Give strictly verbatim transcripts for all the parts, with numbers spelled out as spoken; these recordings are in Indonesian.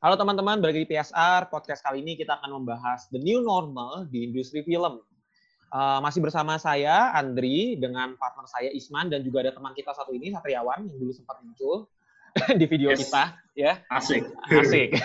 Halo teman-teman, balik di P S R. Podcast kali ini kita akan membahas the new normal di industri film. Uh, masih bersama saya, Andri, dengan partner saya, Isman, dan juga ada teman kita satu ini, Satriawan, yang dulu sempat muncul di video yes. kita. Ya. Asik. Asik.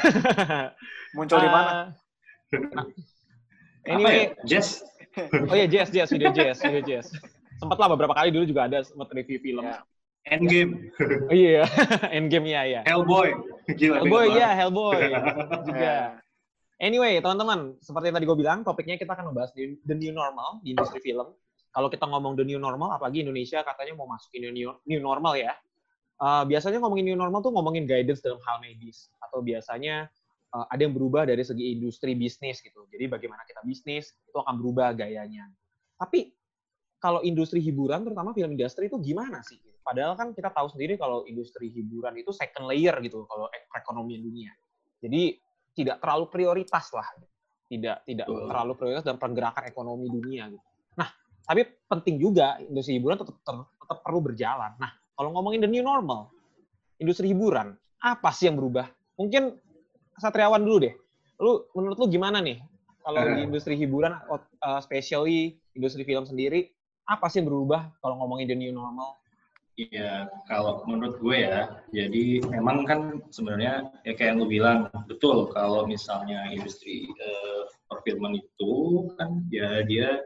Muncul di mana? Uh, nah, anyway, apa ya? Jazz? Oh iya, Jazz, Jazz, video Jazz, video Jazz. Sempat lah beberapa kali dulu juga ada sempat review film. Ya. Endgame. Oh iya, Endgame ya, ya. Hellboy. Gila, Hellboy ya, Hellboy juga. Anyway, teman-teman, seperti yang tadi gue bilang, topiknya kita akan membahas the new normal di industri film. Kalau kita ngomong the new normal, apalagi Indonesia katanya mau masukin new, new normal ya. Uh, biasanya ngomongin new normal tuh ngomongin guidance dalam hal medis. Atau biasanya uh, ada yang berubah dari segi industri bisnis gitu. Jadi bagaimana kita bisnis, itu akan berubah gayanya. Tapi kalau industri hiburan, terutama film industri itu gimana sih? Padahal kan kita tahu sendiri kalau industri hiburan itu second layer gitu, kalau perekonomian dunia. Jadi tidak terlalu prioritas lah, tidak tidak oh. terlalu prioritas dalam pergerakan ekonomi dunia. Gitu. Nah, tapi penting juga industri hiburan tetap, tetap, tetap perlu berjalan. Nah, kalau ngomongin the new normal, industri hiburan, apa sih yang berubah? Mungkin Satriawan dulu deh. Lu menurut lu gimana nih? Kalau di industri hiburan, uh, especially industri film sendiri, apa sih yang berubah kalau ngomongin the new normal? Iya, kalau menurut gue ya, jadi memang kan sebenarnya ya kayak yang lu bilang, betul kalau misalnya industri uh, perfilman itu kan ya dia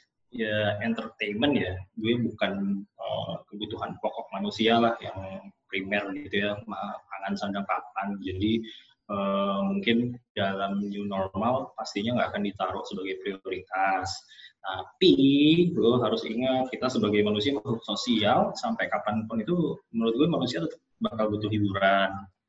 ya entertainment ya, gue bukan uh, kebutuhan pokok manusia lah yang primer gitu ya, pangan sandang papan. Jadi uh, mungkin dalam new normal pastinya nggak akan ditaruh sebagai prioritas. Tapi lo harus ingat kita sebagai manusia makhluk sosial sampai kapanpun itu menurut gue manusia tetap bakal butuh hiburan.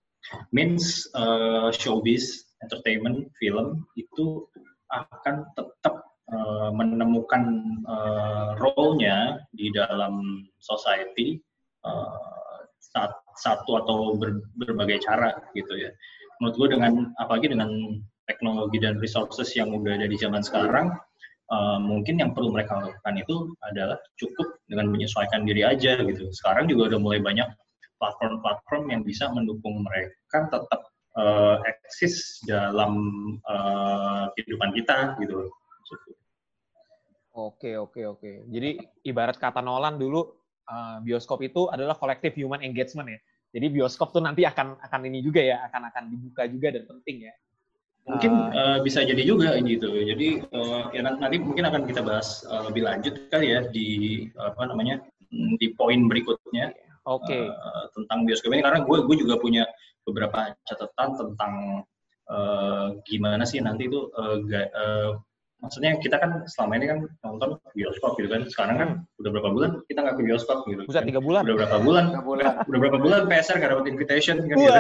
Means uh, showbiz, entertainment, film itu akan tetap uh, menemukan uh, role-nya di dalam society uh, satu atau ber, berbagai cara gitu ya. Menurut gue dengan apalagi dengan teknologi dan resources yang udah ada di zaman sekarang. Uh, mungkin yang perlu mereka lakukan itu adalah cukup dengan menyesuaikan diri aja gitu. Sekarang juga udah mulai banyak platform-platform yang bisa mendukung mereka tetap uh, eksis dalam uh, kehidupan kita gitu. Oke oke oke. Jadi ibarat kata Nolan dulu, uh, bioskop itu adalah collective human engagement ya. Jadi bioskop tuh nanti akan akan ini juga ya, akan akan dibuka juga dan penting ya. Mungkin uh, bisa jadi juga gitu. Jadi uh, ya nanti mungkin akan kita bahas uh, lebih lanjut kali ya di apa namanya di poin berikutnya. Oke. Okay. Uh, tentang bioskop ini karena gue gue juga punya beberapa catatan tentang uh, gimana sih nanti itu uh, ga, uh, maksudnya kita kan selama ini kan nonton bioskop gitu kan. Sekarang kan udah berapa bulan kita nggak ke bioskop gitu. Udah tiga bulan. Udah berapa bulan? bulan. Udah berapa bulan P S R nggak dapat invitation kan gitu.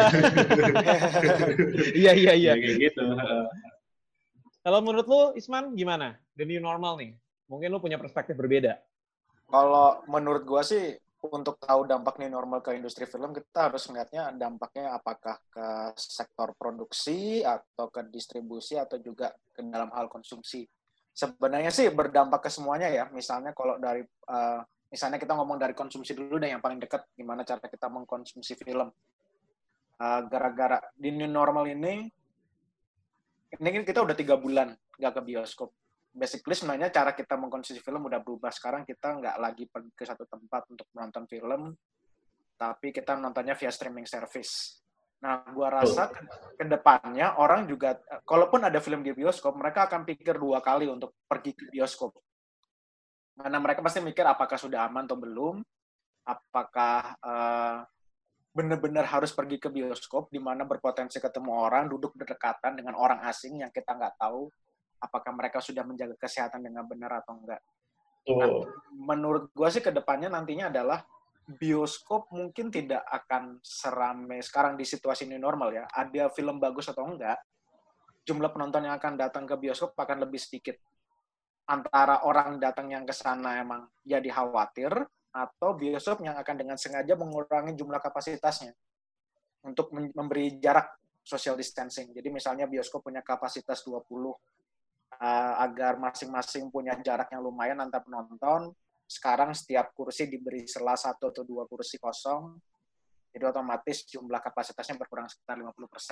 Iya iya iya. Kayak gitu. Kalau menurut lu Isman gimana? The new normal nih. Mungkin lu punya perspektif berbeda. Kalau menurut gua sih untuk tahu dampak new normal ke industri film kita harus melihatnya dampaknya apakah ke sektor produksi atau ke distribusi atau juga ke dalam hal konsumsi. Sebenarnya sih berdampak ke semuanya ya. Misalnya kalau dari uh, misalnya kita ngomong dari konsumsi dulu deh yang paling dekat gimana cara kita mengkonsumsi film. Uh, gara-gara di new normal ini ini kita udah tiga bulan nggak ke bioskop. Basically sebenarnya cara kita mengkonsumsi film udah berubah. Sekarang kita nggak lagi pergi ke satu tempat untuk menonton film, tapi kita menontonnya via streaming service. Nah, gua rasa ke, ke depannya orang juga, kalaupun ada film di bioskop, mereka akan pikir dua kali untuk pergi ke bioskop. Karena mereka pasti mikir apakah sudah aman atau belum, apakah uh, benar-benar harus pergi ke bioskop, di mana berpotensi ketemu orang, duduk berdekatan dengan orang asing yang kita nggak tahu, apakah mereka sudah menjaga kesehatan dengan benar atau enggak. Oh. Nah, menurut gue sih ke depannya nantinya adalah bioskop mungkin tidak akan seramai sekarang di situasi new normal ya. Ada film bagus atau enggak, jumlah penonton yang akan datang ke bioskop akan lebih sedikit. Antara orang datang yang ke sana emang jadi khawatir, atau bioskop yang akan dengan sengaja mengurangi jumlah kapasitasnya untuk memberi jarak social distancing. Jadi misalnya bioskop punya kapasitas dua puluh, Uh, agar masing-masing punya jarak yang lumayan antar penonton. Sekarang setiap kursi diberi sela satu atau dua kursi kosong, jadi otomatis jumlah kapasitasnya berkurang sekitar lima puluh persen.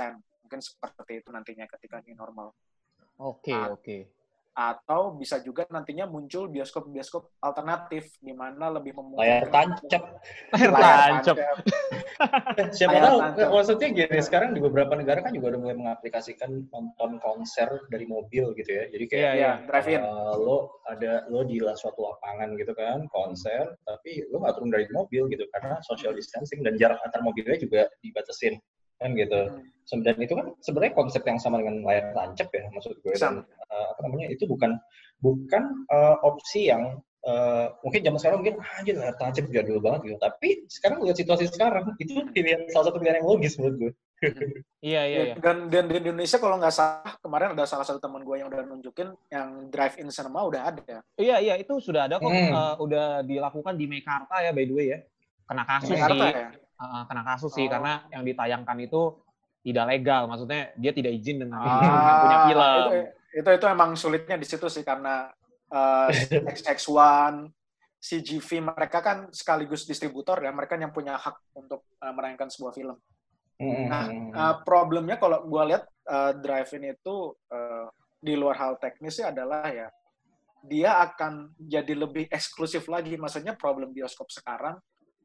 Mungkin seperti itu nantinya ketika new normal. Oke, Nah, oke. atau bisa juga nantinya muncul bioskop-bioskop alternatif di mana lebih Layar memungkinkan tancap. Layar layar tancap. tancap. Eh, siapa Layar tahu, tancap. maksudnya gini, sekarang di beberapa negara kan juga udah mulai mengaplikasikan nonton konser dari mobil gitu ya. Jadi kayak Iya, iya. Iya, drive-in. uh, lo ada lo di suatu lapangan gitu kan, konser, tapi lo nggak turun dari mobil gitu karena social distancing dan jarak antar mobilnya juga dibatasin kan gitu. Hmm. Dan itu kan sebenarnya konsep yang sama dengan layar tancap ya maksud gue, dan Sama. uh, apa namanya itu bukan bukan uh, opsi yang Uh, mungkin zaman sekarang mungkin ah, anjir layar tancap jadul banget gitu, tapi sekarang lihat situasi sekarang itu pilihan salah satu pilihan yang logis menurut gue. Iya, iya, Ya, iya. dan, dan di Indonesia kalau nggak salah kemarin ada salah satu teman gue yang udah nunjukin yang drive-in cinema udah ada. Iya, iya, itu sudah ada kok. Hmm. Uh, udah dilakukan di Mekarta ya, by the way ya. Kena kasus Mekarta sih. ya? Uh, kena kasus sih, Oh. karena yang ditayangkan itu tidak legal. Maksudnya dia tidak izin dengan Ah, yang punya film. Itu, itu itu emang sulitnya di situ sih karena uh, X X satu, C G V mereka kan sekaligus distributor ya, mereka yang punya hak untuk uh, menayangkan sebuah film. Hmm. Nah, uh, problemnya kalau gue lihat uh, drive-in itu uh, di luar hal teknisnya adalah ya dia akan jadi lebih eksklusif lagi. Maksudnya problem bioskop sekarang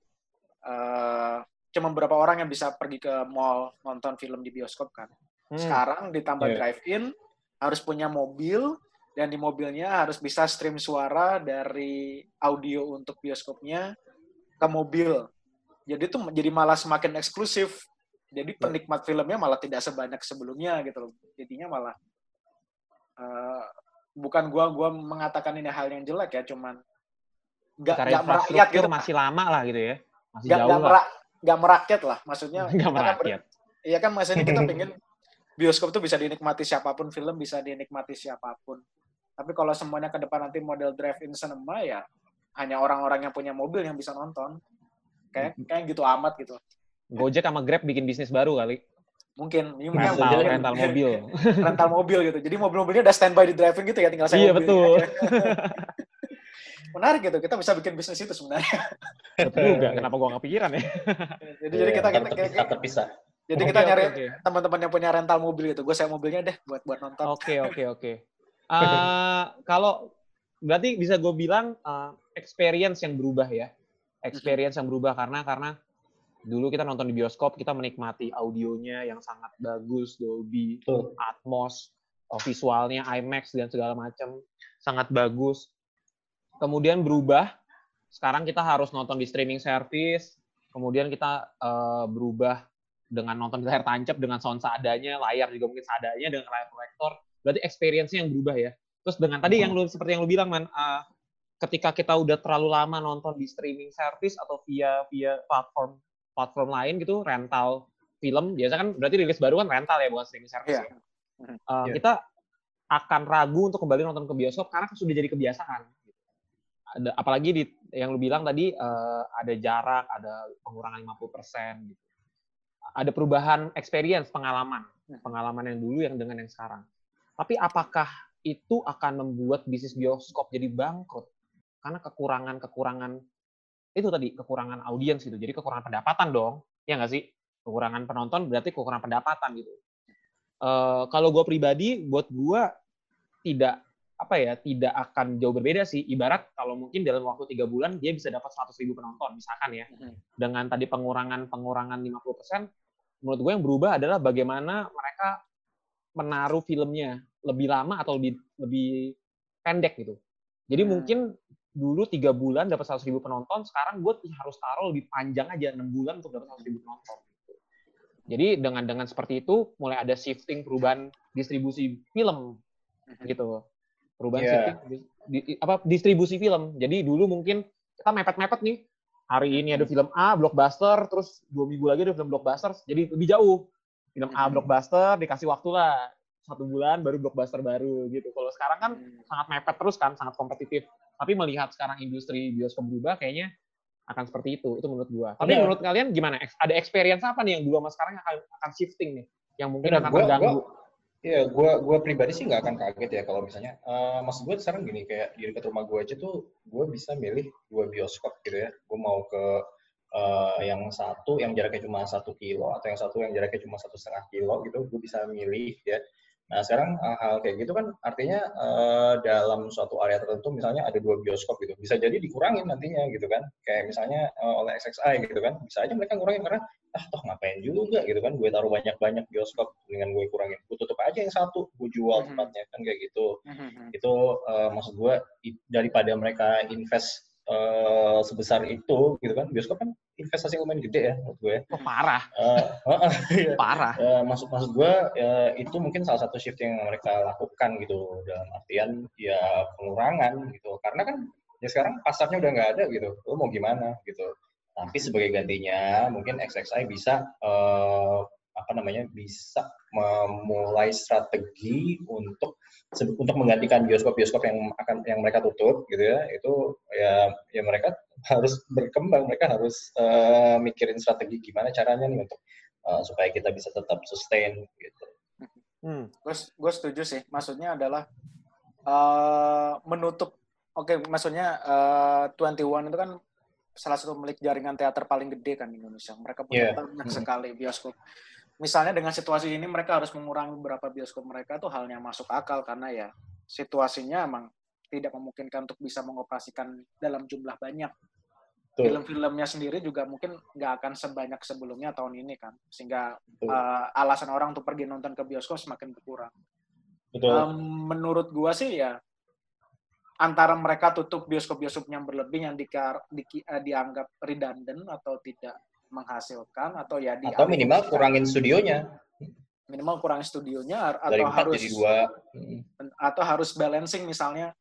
uh, cuma beberapa orang yang bisa pergi ke mall nonton film di bioskop kan. Hmm. Sekarang ditambah yeah. drive-in harus punya mobil, dan di mobilnya harus bisa stream suara dari audio untuk bioskopnya ke mobil. Jadi itu jadi malah semakin eksklusif. Jadi penikmat filmnya malah tidak sebanyak sebelumnya gitu loh. Jadinya malah uh, bukan gua gua mengatakan ini hal yang jelek ya, cuman nggak nggak merakyat gitu. Masih lama lah gitu ya. Masih gak, jauh gak lah. Merak, gak merakyat lah. Maksudnya nggak merakyat. Iya kan maksudnya kita pengen bioskop tuh bisa dinikmati siapapun, film bisa dinikmati siapapun. Tapi kalau semuanya ke depan nanti model drive-in cinema ya hanya orang-orang yang punya mobil yang bisa nonton. Kayak kayak gitu amat gitu. Gojek sama Grab bikin bisnis baru kali. Mungkin. Ini rental, mungkin rental mobil. rental mobil gitu. Jadi mobil-mobilnya udah standby di drive-in gitu ya, tinggal saya iya, mobil. Iya, betul. Menarik gitu. Kita bisa bikin bisnis itu sebenarnya. Betul juga. Kenapa gua nggak pikiran ya? jadi yeah, jadi kita kita terpisah, terpisah. Jadi kita okay, nyari okay, okay. teman-teman yang punya rental mobil gitu. Gue sewa mobilnya deh buat buat nonton. Oke, oke, oke. Kalau berarti bisa gue bilang uh, experience yang berubah ya. Experience mm-hmm. yang berubah karena karena dulu kita nonton di bioskop, kita menikmati audionya yang sangat bagus, Dolby, uh. Atmos, visualnya IMAX dan segala macam, sangat bagus. Kemudian berubah, sekarang kita harus nonton di streaming service, kemudian kita uh, berubah dengan nonton di layar tancap, dengan sound seadanya, layar juga mungkin seadanya, dengan layar proyektor, berarti experience-nya yang berubah ya. Terus dengan tadi yang lu seperti yang lu bilang, man, uh, ketika kita udah terlalu lama nonton di streaming service atau via via platform platform lain gitu, rental film, biasa kan berarti rilis baru kan rental ya, bukan streaming service yeah. ya. Uh, yeah. Kita akan ragu untuk kembali nonton ke bioskop karena sudah jadi kebiasaan. Ada, apalagi di yang lu bilang tadi uh, ada jarak, ada pengurangan lima puluh persen gitu. Ada perubahan experience, pengalaman. Pengalaman yang dulu yang dengan yang sekarang. Tapi apakah itu akan membuat bisnis bioskop jadi bangkrut? Karena kekurangan-kekurangan, itu tadi, kekurangan audiens gitu. Jadi kekurangan pendapatan dong. Ya nggak sih? Kekurangan penonton berarti kekurangan pendapatan gitu. Uh, kalau gue pribadi, buat gue tidak, apa ya, tidak akan jauh berbeda sih. Ibarat kalau mungkin dalam waktu tiga bulan, dia bisa dapat seratus ribu penonton, misalkan ya. Dengan tadi pengurangan-pengurangan lima puluh persen, menurut gue yang berubah adalah bagaimana mereka menaruh filmnya lebih lama atau lebih lebih pendek gitu. Jadi hmm. mungkin dulu tiga bulan dapat seratus ribu penonton, sekarang gue harus taruh lebih panjang aja, enam bulan untuk dapat seratus ribu penonton. Gitu. Jadi dengan dengan seperti itu mulai ada shifting, perubahan distribusi film gitu. Perubahan yeah. shifting di, apa distribusi film. Jadi dulu mungkin kita mepet-mepet nih. Hari ini ada film A, blockbuster, terus dua minggu lagi ada film blockbuster, jadi lebih jauh. Film A, blockbuster, dikasih waktu lah. Satu bulan, baru blockbuster baru, gitu. Kalau sekarang kan sangat mepet terus kan, sangat kompetitif. Tapi melihat sekarang industri bioskop berubah, kayaknya akan seperti itu. Itu menurut gua. Tapi Benar. menurut kalian gimana? Ada experience apa nih yang dulu sama sekarang akan, akan shifting nih? Yang mungkin Benar, akan gua, terganggu? Gua, Iya, gue gue pribadi sih nggak akan kaget ya kalau misalnya, uh, maksud gue sekarang gini, kayak di dekat rumah gue aja tuh, gue bisa milih dua bioskop gitu ya. Gue mau ke uh, yang satu yang jaraknya cuma satu kilo atau yang satu yang jaraknya cuma satu setengah kilo gitu, gue bisa milih ya. Nah sekarang hal kayak gitu kan artinya uh, dalam suatu area tertentu misalnya ada dua bioskop gitu, bisa jadi dikurangin nantinya gitu kan, kayak misalnya uh, oleh X X I gitu kan, bisa aja mereka ngurangin karena ah toh ngapain juga gitu kan, gue taruh banyak-banyak bioskop dengan gue kurangin, gue tutup aja yang satu, gue jual tempatnya kan kayak gitu. Mm-hmm. Itu uh, maksud gue daripada mereka invest uh, sebesar itu gitu kan, bioskop kan investasi lumayan gede ya menurut gue. Oh, parah. Uh, uh, uh, iya. Parah. Uh, maksud maksud gue uh, itu mungkin salah satu shift yang mereka lakukan gitu, dalam artian ya pengurangan gitu, karena kan ya sekarang pasarnya udah nggak ada gitu, lo mau gimana gitu. Tapi sebagai gantinya mungkin X X I bisa uh, apa namanya bisa memulai strategi untuk untuk menggantikan bioskop-bioskop yang akan yang mereka tutup gitu ya. Itu ya ya mereka harus berkembang, mereka harus uh, mikirin strategi gimana caranya nih untuk uh, supaya kita bisa tetap sustain gitu. Hmm. Gue gue setuju sih. Maksudnya adalah uh, menutup. Oke, okay, maksudnya uh, dua puluh satu itu kan salah satu milik jaringan teater paling gede kan di Indonesia. Mereka punya yeah. banyak mm-hmm. sekali bioskop. Misalnya dengan situasi ini mereka harus mengurangi beberapa bioskop mereka, itu halnya masuk akal karena ya situasinya emang tidak memungkinkan untuk bisa mengoperasikan dalam jumlah banyak. Tuh. Film-filmnya sendiri juga mungkin nggak akan sebanyak sebelumnya tahun ini kan, sehingga uh, alasan orang untuk pergi nonton ke bioskop semakin berkurang. Um, menurut gua sih ya antara mereka tutup bioskop-bioskop yang berlebih yang di, di, uh, dianggap redundant atau tidak menghasilkan, atau ya di atau minimal kurangin studionya, minimal kurangin studionya atau harus jadi dua. atau harus balancing misalnya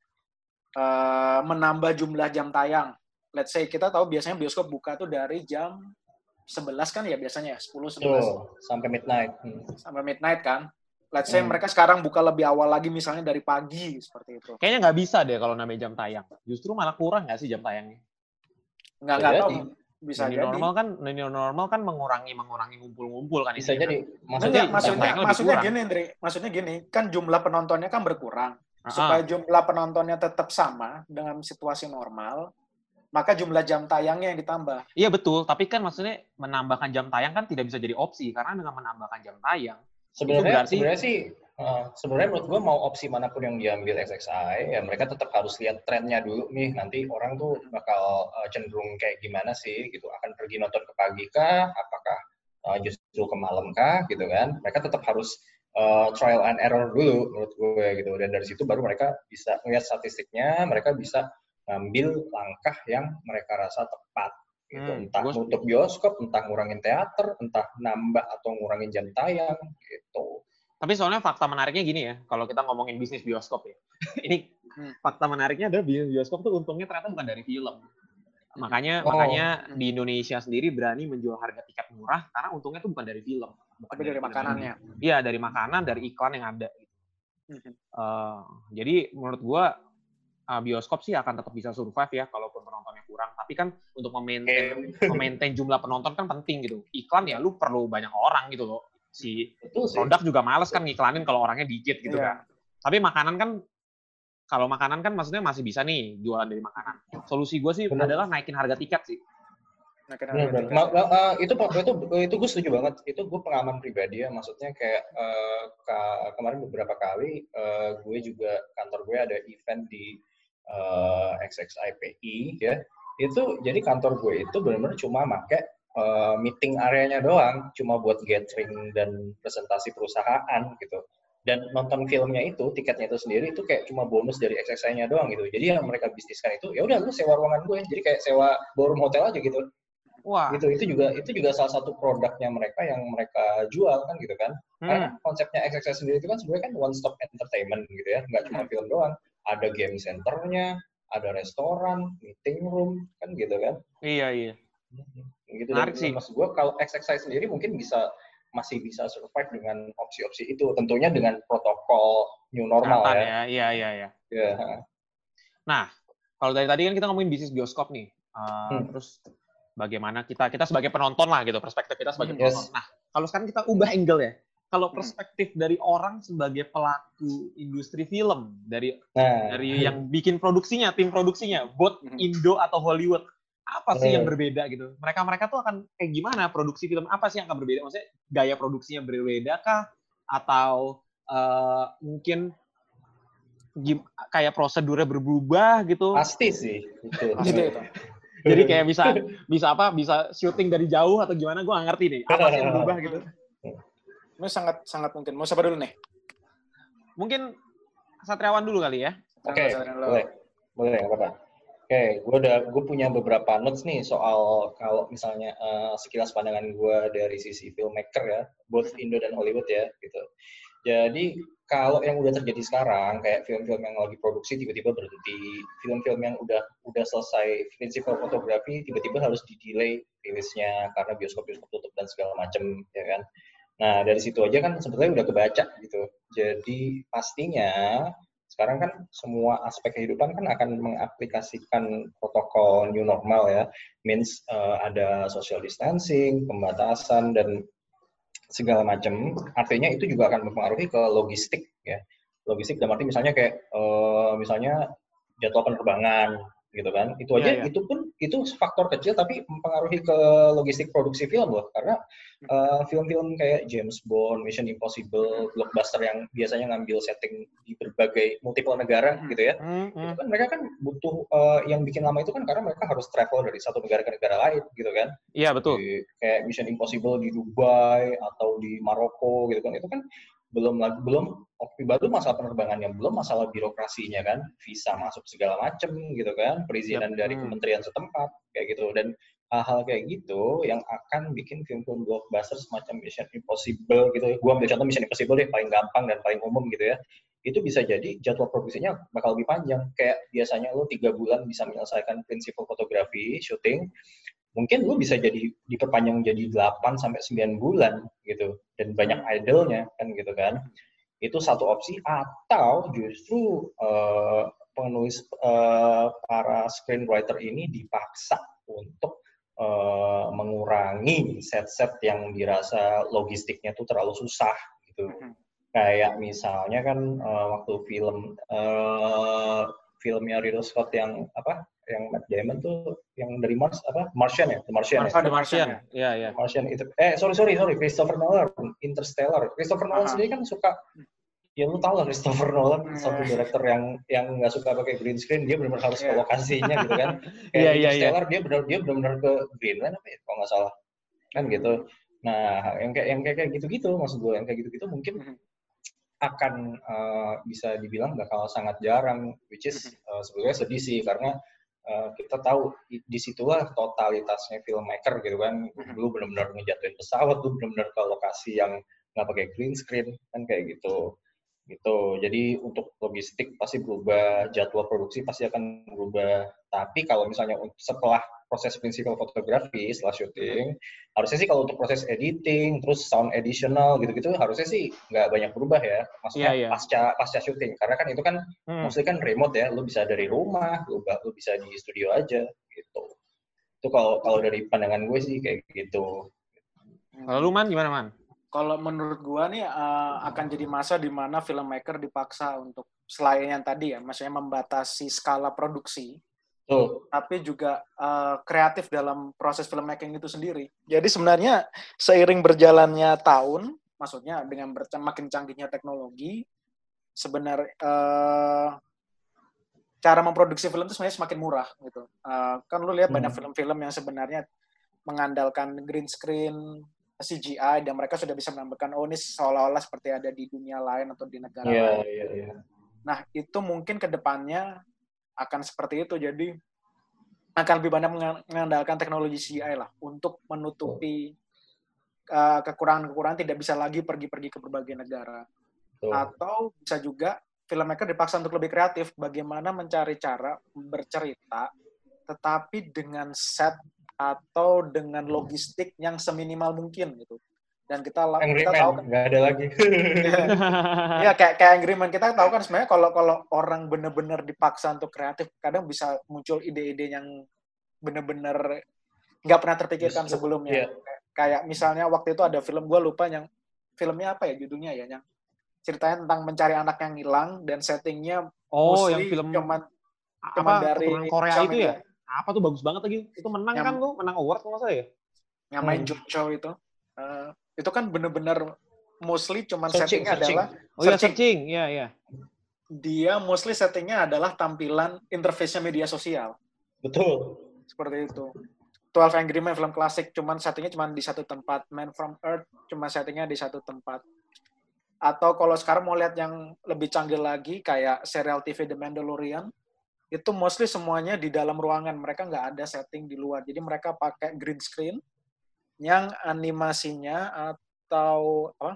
uh, menambah jumlah jam tayang. Let's say kita tahu biasanya bioskop buka tuh dari jam sebelas kan ya biasanya sepuluh sebelas Tuh, sampai midnight. Hmm. Sampai midnight kan. Let's say hmm. mereka sekarang buka lebih awal lagi misalnya dari pagi seperti itu. Kayaknya nggak bisa deh kalau namanya jam tayang. Justru malah kurang nggak sih jam tayangnya? Nggak nggak tahu. Bisa new jadi. Normal kan new normal kan mengurangi mengurangi ngumpul-ngumpul kan. Bisa jadi. Kan? Maksudnya maksudnya maksudnya gini, Indri. Maksudnya gini, kan jumlah penontonnya kan berkurang. Uh-huh. Supaya jumlah penontonnya tetap sama dengan situasi normal, maka jumlah jam tayangnya yang ditambah. Iya betul, tapi kan maksudnya menambahkan jam tayang kan tidak bisa jadi opsi karena dengan menambahkan jam tayang sebenarnya berarti, sebenarnya sih uh, sebenarnya menurut gue mau opsi manapun yang diambil X X I ya mereka tetap harus lihat trennya dulu nih, nanti orang tuh bakal uh, cenderung kayak gimana sih gitu, akan pergi nonton ke pagi kah, apakah uh, justru ke malam kah gitu kan, mereka tetap harus uh, trial and error dulu menurut gue gitu, dan dari situ baru mereka bisa melihat statistiknya, mereka bisa ngambil langkah yang mereka rasa tepat gitu. Hmm, entah nutup bioskop, entah ngurangin teater, entah nambah atau ngurangin jam tayang gitu. Tapi soalnya fakta menariknya gini ya, kalau kita ngomongin bisnis bioskop ya. Ini hmm. fakta menariknya adalah bisnis bioskop tuh untungnya ternyata bukan dari film. Makanya oh. makanya di Indonesia sendiri berani menjual harga tiket murah karena untungnya tuh bukan dari film, bukan tapi dari, dari makanannya. Iya, dari makanan, dari iklan yang ada gitu. Hmm. Uh, jadi menurut gua Uh, bioskop sih akan tetap bisa survive ya kalaupun penontonnya kurang. Tapi kan untuk memaintain, memaintain jumlah penonton kan penting gitu. Iklan ya lu perlu banyak orang gitu loh. Si produk juga males kan ngiklanin kalau orangnya dikit gitu yeah. kan. Tapi makanan kan, kalau makanan kan maksudnya masih bisa nih jualan dari makanan. Solusi gue sih bener. adalah naikin harga tiket sih. Naikin harga tiket. Ma- ma- uh, itu itu itu gue setuju banget. Itu gue pengalaman pribadi ya. Maksudnya kayak uh, ke- kemarin beberapa kali uh, gue juga kantor gue ada event di Uh, X X I P I ya, itu jadi kantor gue itu benar-benar cuma make uh, meeting areanya doang, cuma buat gathering dan presentasi perusahaan gitu, dan nonton filmnya itu tiketnya itu sendiri itu kayak cuma bonus dari X X I-nya doang gitu. Jadi yang mereka bisniskan itu ya udah lu sewa ruangan gue, jadi kayak sewa ballroom hotel aja gitu. Wah. Gitu itu juga itu juga salah satu produknya mereka yang mereka jual kan gitu kan. Hmm. Karena konsepnya X X I sendiri itu kan sebenarnya kan one stop entertainment gitu ya, nggak cuma hmm. film doang. Ada game centernya, ada restoran, meeting room, kan gitu kan? Iya, iya. Gitu. Menarik sih. Maksud gue, kalau X X I sendiri mungkin bisa masih bisa survive dengan opsi-opsi itu. Tentunya dengan protokol new normal Katan, ya. Iya, iya, iya. Ya. Nah, kalau dari tadi kan kita ngomongin bisnis bioskop nih. Uh, hmm. Terus bagaimana kita kita sebagai penonton lah gitu, perspektif kita sebagai yes. penonton. Nah, kalau sekarang kita ubah angle ya. Kalau perspektif dari orang sebagai pelaku industri film, dari nah. dari yang bikin produksinya, tim produksinya, both Indo atau Hollywood, apa sih yang berbeda gitu? Mereka-mereka tuh akan kayak gimana produksi film apa sih yang akan berbeda? Maksudnya gaya produksinya berbeda kah? Atau uh, mungkin gim- kayak prosedurnya berubah gitu? Pasti sih. Itu. Pasti itu. Jadi kayak bisa bisa apa? Bisa syuting dari jauh atau gimana? Gue nggak ngerti nih. Apa sih yang berubah gitu? Ini sangat sangat mungkin. Mau siapa dulu nih? Mungkin Satriawan dulu kali ya. Oke, okay, boleh. Boleh, nggak apa-apa. Oke, okay, gue udah gue punya beberapa notes nih soal kalau misalnya uh, sekilas pandangan gue dari sisi filmmaker ya, both Indo dan Hollywood ya, gitu. Jadi kalau yang udah terjadi sekarang, kayak film-film yang lagi produksi tiba-tiba berhenti, film-film yang udah udah selesai prinsipal fotografi tiba-tiba harus di-delay rilisnya karena bioskop-bioskop tutup dan segala macem, ya kan. Nah dari situ aja kan sebetulnya udah kebaca gitu. Jadi pastinya sekarang kan semua aspek kehidupan kan akan mengaplikasikan protokol new normal ya, means uh, ada social distancing, pembatasan dan segala macam. Artinya itu juga akan mempengaruhi ke logistik ya. Logistik dalam arti misalnya kayak uh, misalnya jadwal penerbangan gitu kan. Itu aja yeah, yeah. itu pun itu faktor kecil tapi mempengaruhi ke logistik produksi film loh. Karena uh, film-film kayak James Bond, Mission Impossible, blockbuster yang biasanya ngambil setting di berbagai multiple negara gitu ya. Mm-hmm. Itu kan mereka kan butuh uh, yang bikin lama itu kan karena mereka harus travel dari satu negara ke negara lain gitu kan. Iya, yeah, betul. Di, kayak Mission Impossible di Dubai atau di Maroko gitu kan. Itu kan belum lagi belum oke baru masalah penerbangannya, belum masalah birokrasinya kan, visa masuk segala macem gitu kan, perizinan yep. dari hmm. kementerian setempat kayak gitu. Dan hal-hal kayak gitu yang akan bikin film-film blockbuster semacam Mission Impossible gitu. Gua ambil contoh Mission Impossible deh, paling gampang dan paling umum gitu ya. Itu bisa jadi jadwal produksinya bakal lebih panjang. Kayak biasanya lo tiga bulan bisa menyelesaikan prinsipal fotografi, syuting. Mungkin lu bisa jadi diperpanjang jadi delapan sampai sembilan bulan gitu dan banyak idolnya kan gitu kan. Itu satu opsi. Atau justru uh, penulis uh, para screenwriter ini dipaksa untuk uh, mengurangi set-set yang dirasa logistiknya tuh terlalu susah gitu. Mm-hmm. Kayak misalnya kan uh, waktu film uh, filmnya Ridley Scott yang apa? Yang Matt Damon tuh yang dari Mars apa Martian ya The Martian Mars, ya The Martian ya ya Martian itu eh sorry sorry sorry Christopher Nolan Interstellar Christopher Nolan uh-huh. sendiri kan suka ya lu tau lah Christopher Nolan uh-huh. satu director yang yang nggak suka pakai green screen, dia benar-benar harus yeah. ke lokasinya gitu kan. Kayak yeah, Interstellar yeah, yeah. dia benar dia benar-benar ke Greenland apa ya kalau nggak salah kan gitu. Nah yang kayak yang kayak gitu-gitu maksud gue yang kayak gitu-gitu mungkin uh-huh. akan uh, bisa dibilang bakal sangat jarang, which is uh, sebetulnya sedih sih karena Uh, kita tahu disitulah totalitasnya filmmaker gitu kan. Lu benar-benar ngejatuhin pesawat, lu benar-benar ke lokasi yang nggak pakai green screen kan kayak gitu. Gitu. Jadi untuk logistik pasti berubah, jadwal produksi pasti akan berubah. Tapi kalau misalnya setelah proses prinsipal fotografi, setelah syuting, hmm. harusnya sih kalau untuk proses editing, terus sound additional gitu-gitu, harusnya sih nggak banyak berubah ya. Maksudnya yeah, yeah. pasca pasca syuting, karena kan itu kan hmm. mostly kan remote ya, lu bisa dari rumah, lu, lu bisa di studio aja gitu. Itu kalau kalau dari pandangan gue sih kayak gitu. Kalau lu Man gimana Man? Kalau menurut gua nih uh, akan jadi masa di mana filmmaker dipaksa untuk selain yang tadi ya, maksudnya membatasi skala produksi, oh. tapi juga uh, kreatif dalam proses filmmaking itu sendiri. Jadi sebenarnya seiring berjalannya tahun, maksudnya dengan ber- makin canggihnya teknologi, sebenarnya uh, cara memproduksi film itu sebenarnya semakin murah gitu. Uh, kan lu lihat hmm. banyak film-film yang sebenarnya mengandalkan green screen, C G I, dan mereka sudah bisa menampilkan oh ini seolah-olah seperti ada di dunia lain atau di negara yeah, lain. Yeah, yeah. Nah, itu mungkin ke depannya akan seperti itu. Jadi akan lebih banyak mengandalkan teknologi C G I lah untuk menutupi oh. uh, kekurangan-kekurangan, tidak bisa lagi pergi-pergi ke berbagai negara. Oh. Atau bisa juga filmmaker dipaksa untuk lebih kreatif, bagaimana mencari cara bercerita tetapi dengan set atau dengan logistik yang seminimal mungkin gitu. Dan kita Angry kita Man, tahu kan nggak ada lagi. Iya kayak kayak Angry Man, kita tahu kan sebenarnya kalau kalau orang benar-benar dipaksa untuk kreatif, kadang bisa muncul ide-ide yang benar-benar nggak pernah terpikirkan Justru, sebelumnya. Yeah. Kayak misalnya waktu itu ada film, gue lupa yang filmnya apa ya judulnya ya, yang ceritanya tentang mencari anak yang hilang dan settingnya oh yang film cuman apa dari Korea itu ya? apa tuh bagus banget lagi. Itu menang Yang- kan tuh, menang award kalau nggak salah ya. Yang main Hmm. Jojo itu. Uh, itu kan bener-bener mostly cuman Searching, settingnya searching. adalah Oh iya, searching. Iya, iya. Dia mostly settingnya adalah tampilan interface-nya media sosial. Betul. Seperti itu. twelve Angry Men film klasik, cuman settingnya cuma di satu tempat. Man from Earth cuma settingnya di satu tempat. Atau kalau sekarang mau lihat yang lebih canggih lagi, kayak serial T V The Mandalorian, itu mostly semuanya di dalam ruangan. Mereka nggak ada setting di luar. Jadi mereka pakai green screen, yang animasinya atau apa,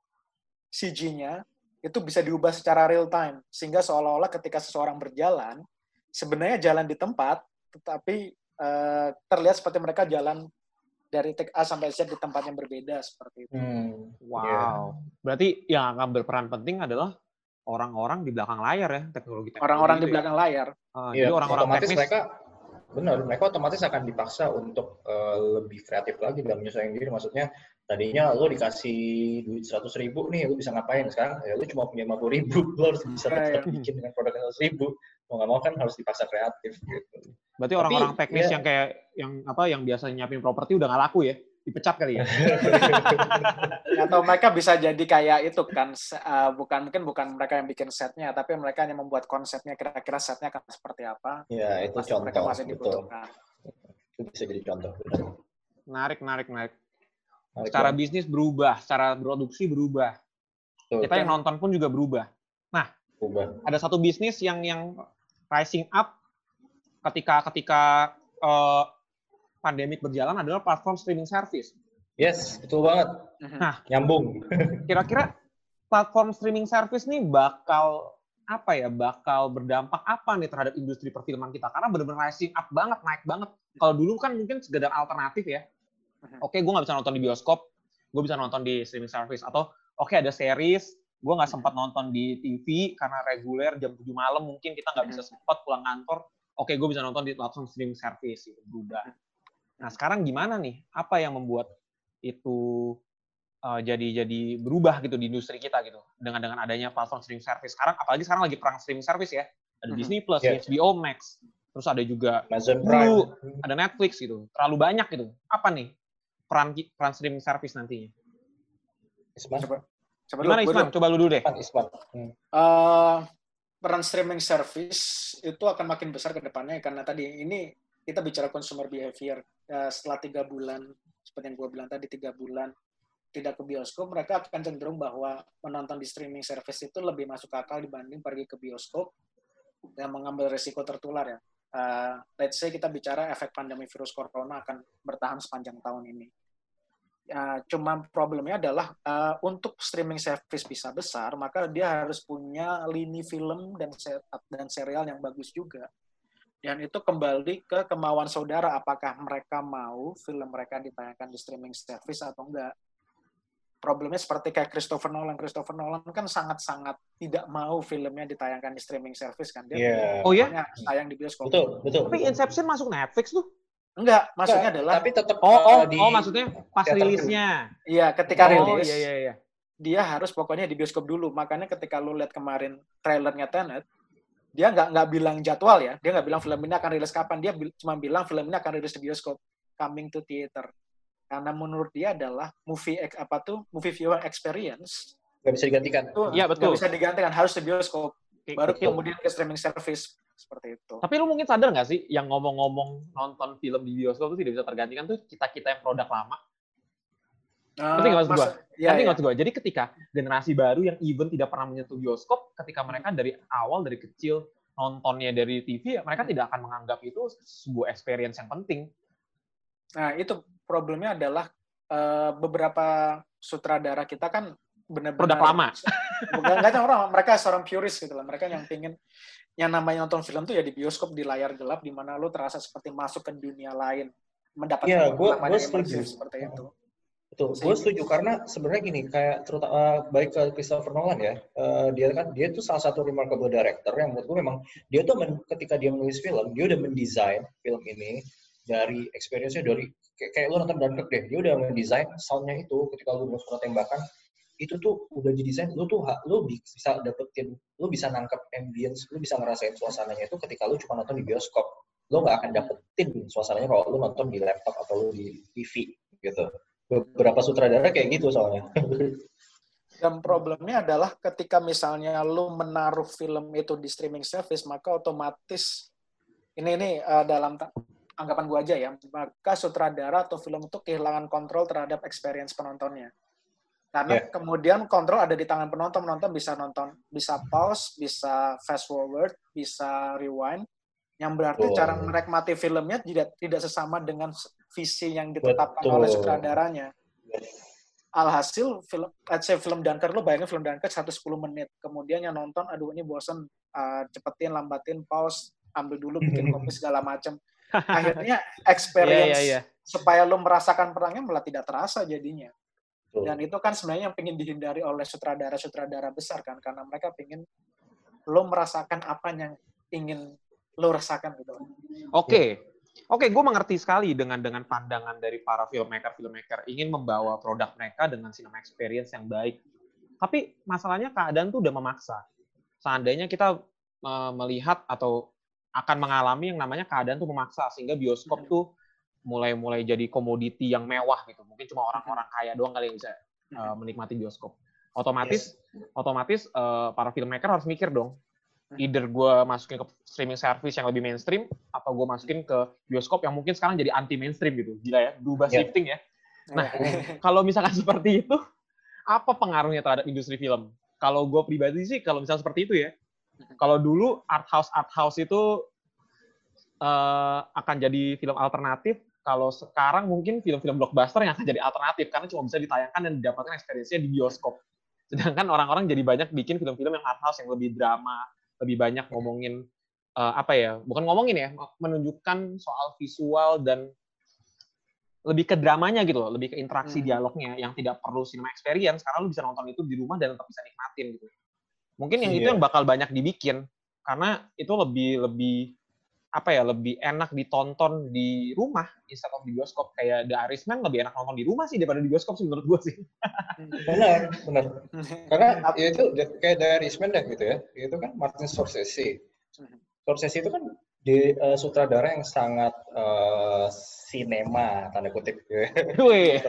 C G-nya, itu bisa diubah secara real time. Sehingga seolah-olah ketika seseorang berjalan, sebenarnya jalan di tempat, tetapi uh, terlihat seperti mereka jalan dari titik A sampai Z di tempat yang berbeda, seperti itu. Hmm. Wow. Yeah. Berarti yang akan berperan penting adalah orang-orang di belakang layar ya, teknologi teknologi. Orang-orang itu di ya. belakang layar. Uh, Iya, jadi orang-orang otomatis teknis. mereka benar, mereka otomatis akan dipaksa untuk uh, lebih kreatif lagi dalam menyesuaikan diri. Maksudnya tadinya lo dikasih duit seratus ribu nih, lo bisa ngapain? Sekarang ya lo cuma punya lima puluh ribu, lo harus bisa Ya, tetap ya. bikin dengan produk seratus ribu. Mau nggak mau kan harus dipaksa kreatif gitu. Berarti Tapi, orang-orang teknis ya. yang kayak yang apa yang biasa nyiapin properti udah nggak laku ya, dipecat kali ya. Atau mereka bisa jadi kayak itu kan, uh, bukan mungkin bukan mereka yang bikin setnya, tapi mereka yang membuat konsepnya, kira-kira setnya akan seperti apa. Ya itu Masih contoh, mereka masih betul. dibutuhkan. Itu bisa jadi contoh. Benar. Menarik, menarik, menarik. Menarik Secara banget. bisnis berubah, secara produksi berubah. Betul. Kita yang nonton pun juga berubah. Nah, Berubah. ada satu bisnis yang yang rising up ketika ketika uh, pandemik berjalan adalah platform streaming service. Yes, betul banget. Nah, Nyambung. kira-kira platform streaming service nih bakal apa ya, bakal berdampak apa nih terhadap industri perfilman kita? Karena benar-benar rising up banget, naik banget. Kalau dulu kan mungkin sekedar alternatif ya. Oke, gue nggak bisa nonton di bioskop, gue bisa nonton di streaming service. Atau oke ada series, gue nggak sempat nonton di T V karena reguler jam tujuh malam mungkin kita nggak bisa sempat pulang kantor. Oke, gue bisa nonton di platform streaming service, itu berubah. Nah, sekarang gimana nih? Apa yang membuat itu uh, jadi jadi berubah gitu di industri kita gitu dengan dengan adanya platform streaming service. Sekarang apalagi sekarang lagi perang streaming service ya. Ada Mm-hmm. Disney Plus, Yeah. H B O Max, terus ada juga Amazon Hulu, Prime. ada Netflix gitu. Terlalu banyak gitu. Apa nih peran peran streaming service nantinya? Isman. Coba, coba Gimana dulu, Isman? dulu. Coba lu dulu deh. Isman. Isman. Hmm. Uh, peran streaming service itu akan makin besar ke depannya karena tadi ini kita bicara consumer behavior. Uh, setelah tiga bulan, seperti yang gue bilang tadi, tiga bulan tidak ke bioskop, mereka akan cenderung bahwa menonton di streaming service itu lebih masuk akal dibanding pergi ke bioskop dan mengambil risiko tertular ya. Uh, let's say kita bicara efek pandemi virus corona akan bertahan sepanjang tahun ini. Uh, cuma problemnya adalah uh, untuk streaming service bisa besar, maka dia harus punya lini film dan set dan serial yang bagus juga. Dan itu kembali ke kemauan saudara, apakah mereka mau film mereka ditayangkan di streaming service atau enggak. Problemnya seperti kayak Christopher Nolan. Christopher Nolan kan sangat-sangat tidak mau filmnya ditayangkan di streaming service kan. Dia Yeah. Oh ya? tayang di bioskop. Betul, betul. Tapi betul. Inception masuk Netflix tuh? Enggak, maksudnya Enggak, adalah tapi tetap Oh, oh, uh, di oh maksudnya pas teater rilisnya. iya ketika Oh, rilis. iya iya iya. Dia harus pokoknya di bioskop dulu. Makanya ketika lu lihat kemarin trailernya Tenet, dia nggak nggak bilang jadwal ya. Dia nggak bilang film ini akan rilis kapan. Dia bil- cuma bilang film ini akan rilis di bioskop, coming to theater. Karena menurut dia adalah movie ex- apa tuh movie viewer experience nggak bisa digantikan. itu Iya, betul. nggak bisa digantikan, harus di bioskop. Baru Betul. kemudian ke streaming service seperti itu. Tapi lu mungkin sadar nggak sih, yang ngomong-ngomong nonton film di bioskop itu tidak bisa tergantikan tuh kita-kita yang produk lama. Ngerti nggak maksud gua? Ya, Ngerti ya. nggak maksud gua? Jadi ketika generasi baru yang even tidak pernah menyentuh bioskop, ketika mereka dari awal, dari kecil, nontonnya dari T V, ya mereka tidak akan menganggap itu sebuah experience yang penting. Nah, itu problemnya adalah uh, beberapa sutradara kita kan benar-benar Produk lama. Bukan nggak cuma orang, mereka seorang purist gitu lah. Mereka yang pingin yang namanya nonton film tuh ya di bioskop di layar gelap di mana lu terasa seperti masuk ke dunia lain, mendapatkan Iya, gua- pengalaman gua yang imersif setuju. seperti itu. Betul, gue setuju karena sebenarnya gini, kayak terutama uh, baik ke Christopher Nolan ya, uh, dia kan dia tuh salah satu remarkable director yang menurut gue memang dia tuh men, ketika dia menulis film, dia udah mendesain film ini dari experience-nya dari kayak, kayak lu nonton Dunkirk deh, dia udah mendesain sound-nya itu ketika lu mau suara tembakan itu tuh udah didesain, lu tuh lu bisa dapetin, lu bisa nangkep ambience, lu bisa ngerasain suasananya itu ketika lu cuma nonton di bioskop. lo nggak akan dapetin suasananya kalau lo nonton di laptop atau lo di T V gitu. Beberapa sutradara kayak gitu soalnya. Dan problemnya adalah ketika misalnya lu menaruh film itu di streaming service, maka otomatis ini ini uh, dalam ta- anggapan gua aja ya, maka sutradara atau film itu kehilangan kontrol terhadap experience penontonnya. Karena yeah. kemudian kontrol ada di tangan penonton, penonton bisa nonton, bisa pause, bisa fast forward, bisa rewind, yang berarti oh. cara menikmati filmnya tidak tidak sesama dengan visi yang ditetapkan Betul. oleh sutradaranya. Yes. Alhasil film, let's say film Dunkirk, lo bayangin film Dunkirk seratus sepuluh menit, kemudian yang nonton, aduh ini bosen, uh, cepetin, lambatin, pause, ambil dulu, bikin kopi segala macam. Akhirnya experience yeah, yeah, yeah. supaya lo merasakan perangnya malah tidak terasa jadinya. Dan itu kan sebenarnya yang ingin dihindari oleh sutradara-sutradara besar kan, karena mereka ingin lo merasakan apa yang ingin lo rasakan gitu. Oke. Okay. Oke, gue mengerti sekali dengan dengan pandangan dari para filmmaker-filmmaker ingin membawa produk mereka dengan cinema experience yang baik. Tapi masalahnya keadaan tuh udah memaksa. Seandainya kita uh, melihat atau akan mengalami yang namanya keadaan tuh memaksa, sehingga bioskop tuh mulai-mulai jadi komoditi yang mewah gitu. Mungkin cuma orang-orang kaya doang kali yang bisa uh, menikmati bioskop. Otomatis, yes. otomatis uh, para filmmaker harus mikir dong. Either gue masukin ke streaming service yang lebih mainstream, atau gue masukin ke bioskop yang mungkin sekarang jadi anti mainstream gitu. Gila ya, berubah yeah. shifting ya. Nah, kalau misalkan seperti itu, apa pengaruhnya terhadap industri film? Kalau gue pribadi sih, kalau misalnya seperti itu ya, kalau dulu art house art house itu uh, akan jadi film alternatif. Kalau sekarang mungkin film-film blockbuster yang akan jadi alternatif karena cuma bisa ditayangkan dan didapatkan experience-nya di bioskop. Sedangkan orang-orang jadi banyak bikin film-film yang art house yang lebih drama, lebih banyak ngomongin uh, apa ya, bukan ngomongin ya, menunjukkan soal visual dan lebih ke dramanya gitu loh, lebih ke interaksi hmm. dialognya yang tidak perlu cinema experience karena lu bisa nonton itu di rumah dan tetap bisa nikmatin gitu. Mungkin yang yeah. itu yang bakal banyak dibikin karena itu lebih lebih apa ya, lebih enak ditonton di rumah instead of di bioskop. Kayak The Irishman lebih enak nonton di rumah sih daripada di bioskop sih menurut gue sih. Benar, benar. Karena ya itu kayak The Irishman deh gitu ya. Itu kan Martin Scorsese. Scorsese itu kan di uh, sutradara yang sangat uh, sinema tanda kutip gitu ya. Wih.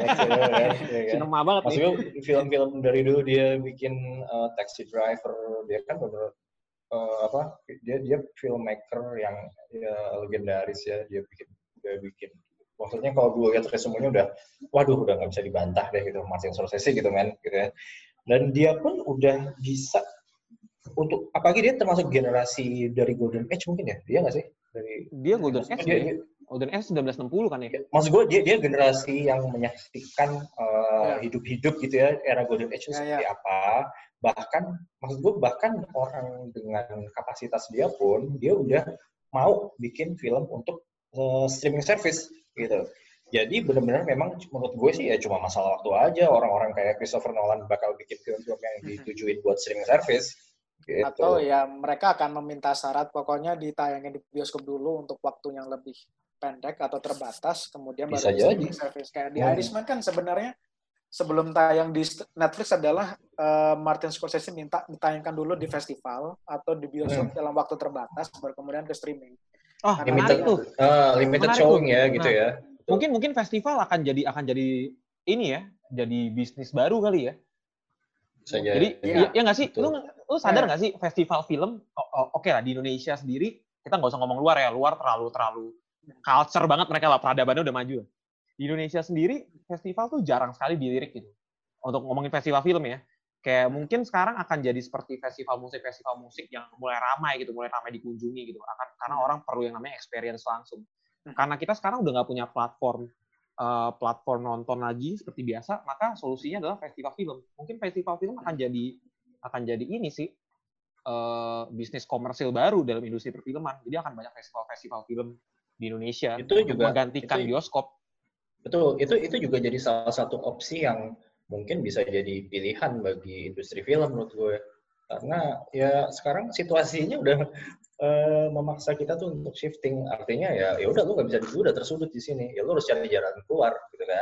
Sinema banget nih. Maksudnya film-film dari dulu dia bikin uh, Taxi Driver, dia kan benar Uh, apa dia dia filmmaker yang ya, legendaris ya, dia bikin dia bikin maksudnya kalau gue lihat resumenya udah waduh udah nggak bisa dibantah deh gitu Martin Scorsese gitu men gitu ya. Dan dia pun udah bisa untuk apalagi dia termasuk generasi dari Golden Age mungkin ya, dia nggak sih dari dia Golden Age dia, dia, Golden Age seribu sembilan ratus enam puluh kan ya. Maksud gue dia dia generasi yang menyaksikan uh, ya. hidup-hidup gitu ya era Golden Age itu ya, seperti ya. apa. Bahkan, maksud gue bahkan orang dengan kapasitas dia pun, dia udah mau bikin film untuk uh, streaming service, gitu. Jadi benar-benar memang menurut gue sih ya cuma masalah waktu aja orang-orang kayak Christopher Nolan bakal bikin film-film yang ditujuin buat streaming service. Gitu. Atau ya mereka akan meminta syarat, pokoknya ditayangin di bioskop dulu untuk waktu yang lebih pendek atau terbatas, kemudian bisa baru streaming service. Kayak di hmm. Irishman kan sebenarnya sebelum tayang di Netflix adalah uh, Martin Scorsese minta ditayangkan dulu di festival atau di bioskop hmm. dalam waktu terbatas, baru kemudian ke streaming. Oh, limited tuh. Uh, limited menarik showing tuh. ya gitu nah, ya. Mungkin mungkin festival akan jadi akan jadi ini ya, jadi bisnis baru kali ya. Bisa jadi ya, ya nggak sih? Betul. Lu lu sadar nggak ya. sih festival film? Oh, oh, Oke okay lah di Indonesia sendiri kita nggak usah ngomong luar ya, luar terlalu terlalu culture banget mereka lah, peradabannya udah maju. Di Indonesia sendiri, festival tuh jarang sekali dilirik gitu. Untuk ngomongin festival film ya. Kayak mungkin sekarang akan jadi seperti festival musik-festival musik yang mulai ramai gitu, mulai ramai dikunjungi gitu. Akan karena orang perlu yang namanya experience langsung. Karena kita sekarang udah nggak punya platform uh, platform nonton lagi seperti biasa, maka solusinya adalah festival film. Mungkin festival film akan jadi akan jadi ini sih uh, bisnis komersil baru dalam industri perfilman. Jadi akan banyak festival-festival film di Indonesia itu juga menggantikan itu, bioskop. Betul, itu itu juga jadi salah satu opsi yang mungkin bisa jadi pilihan bagi industri film menurut gue. Karena ya sekarang situasinya udah uh, memaksa kita tuh untuk shifting. Artinya ya ya udah lu nggak bisa, lu udah tersudut di sini. Ya lu harus cari jalan keluar gitu kan.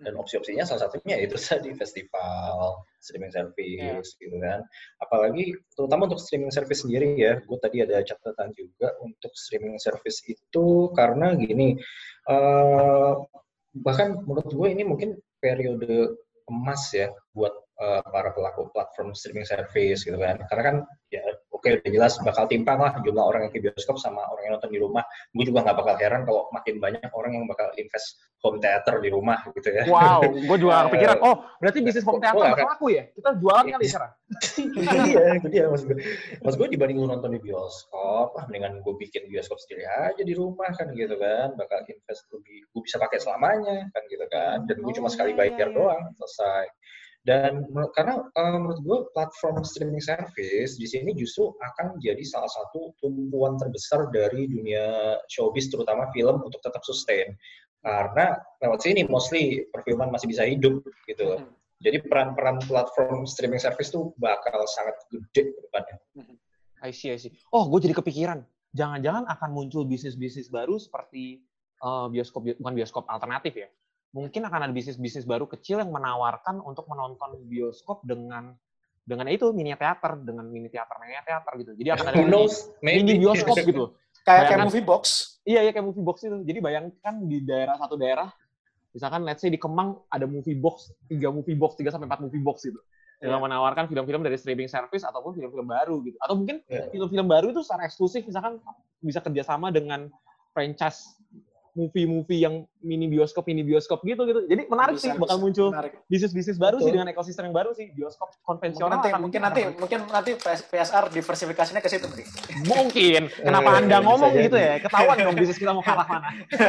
Dan opsi-opsinya salah satunya itu tadi festival, streaming service, yeah. gitu kan. Apalagi terutama untuk streaming service sendiri ya, gue tadi ada catatan juga untuk streaming service itu karena gini, uh, bahkan menurut gue ini mungkin periode emas ya buat uh, para pelaku platform streaming service gitu kan. Karena kan ya oke okay, udah jelas bakal timpang lah jumlah orang yang ke bioskop sama orang yang nonton di rumah. Gue juga nggak bakal heran kalau makin banyak orang yang bakal invest home theater di rumah gitu ya. Wow, gue juga kepikiran. Oh, berarti bisnis home theater bakal laku ya? Kita jualan kali sekarang. Iya, itu dia maksud gue. Maksud gue dibanding lu nonton di bioskop, ah mendingan gue bikin bioskop sendiri aja di rumah kan gitu kan. Bakal invest lebih, gue bisa pakai selamanya kan gitu kan. Dan gue cuma sekali bayar doang, selesai. Dan karena uh, menurut gue platform streaming service di sini justru akan jadi salah satu tumpuan terbesar dari dunia showbiz terutama film untuk tetap sustain. Karena lewat sini mostly perfilman masih bisa hidup gitu loh. Jadi peran-peran platform streaming service tuh bakal sangat gede ke depannya. I see, I see. Oh, gue jadi kepikiran. Jangan-jangan akan muncul bisnis-bisnis baru seperti uh, bioskop, bukan bioskop alternatif ya. Mungkin akan ada bisnis-bisnis baru kecil yang menawarkan untuk menonton bioskop dengan dengan itu mini teater, dengan mini teater, mini teater gitu. Jadi akan ada mini, mini bioskop gitu. Kayak kayak movie box. Iya, ya kayak movie box itu. Jadi bayangkan di daerah satu daerah, misalkan let's say di Kemang ada movie box, tiga movie box, tiga sampai empat movie box gitu. Yang yeah. menawarkan film-film dari streaming service ataupun film-film baru gitu. Atau mungkin yeah. film-film baru itu secara eksklusif misalkan bisa kerjasama dengan franchise movie-movie yang mini bioskop, mini bioskop gitu gitu. Jadi menarik bisa, sih, bakal bisa. muncul menarik. bisnis-bisnis baru Betul. sih dengan ekosistem yang baru sih. Bioskop konvensional. Mungkin nanti, mungkin nanti, mungkin nanti P S R diversifikasinya ke situ, Bri. Mungkin. Kenapa Anda ngomong gitu ya? Ketahuan dong bisnis kita mau kalah mana.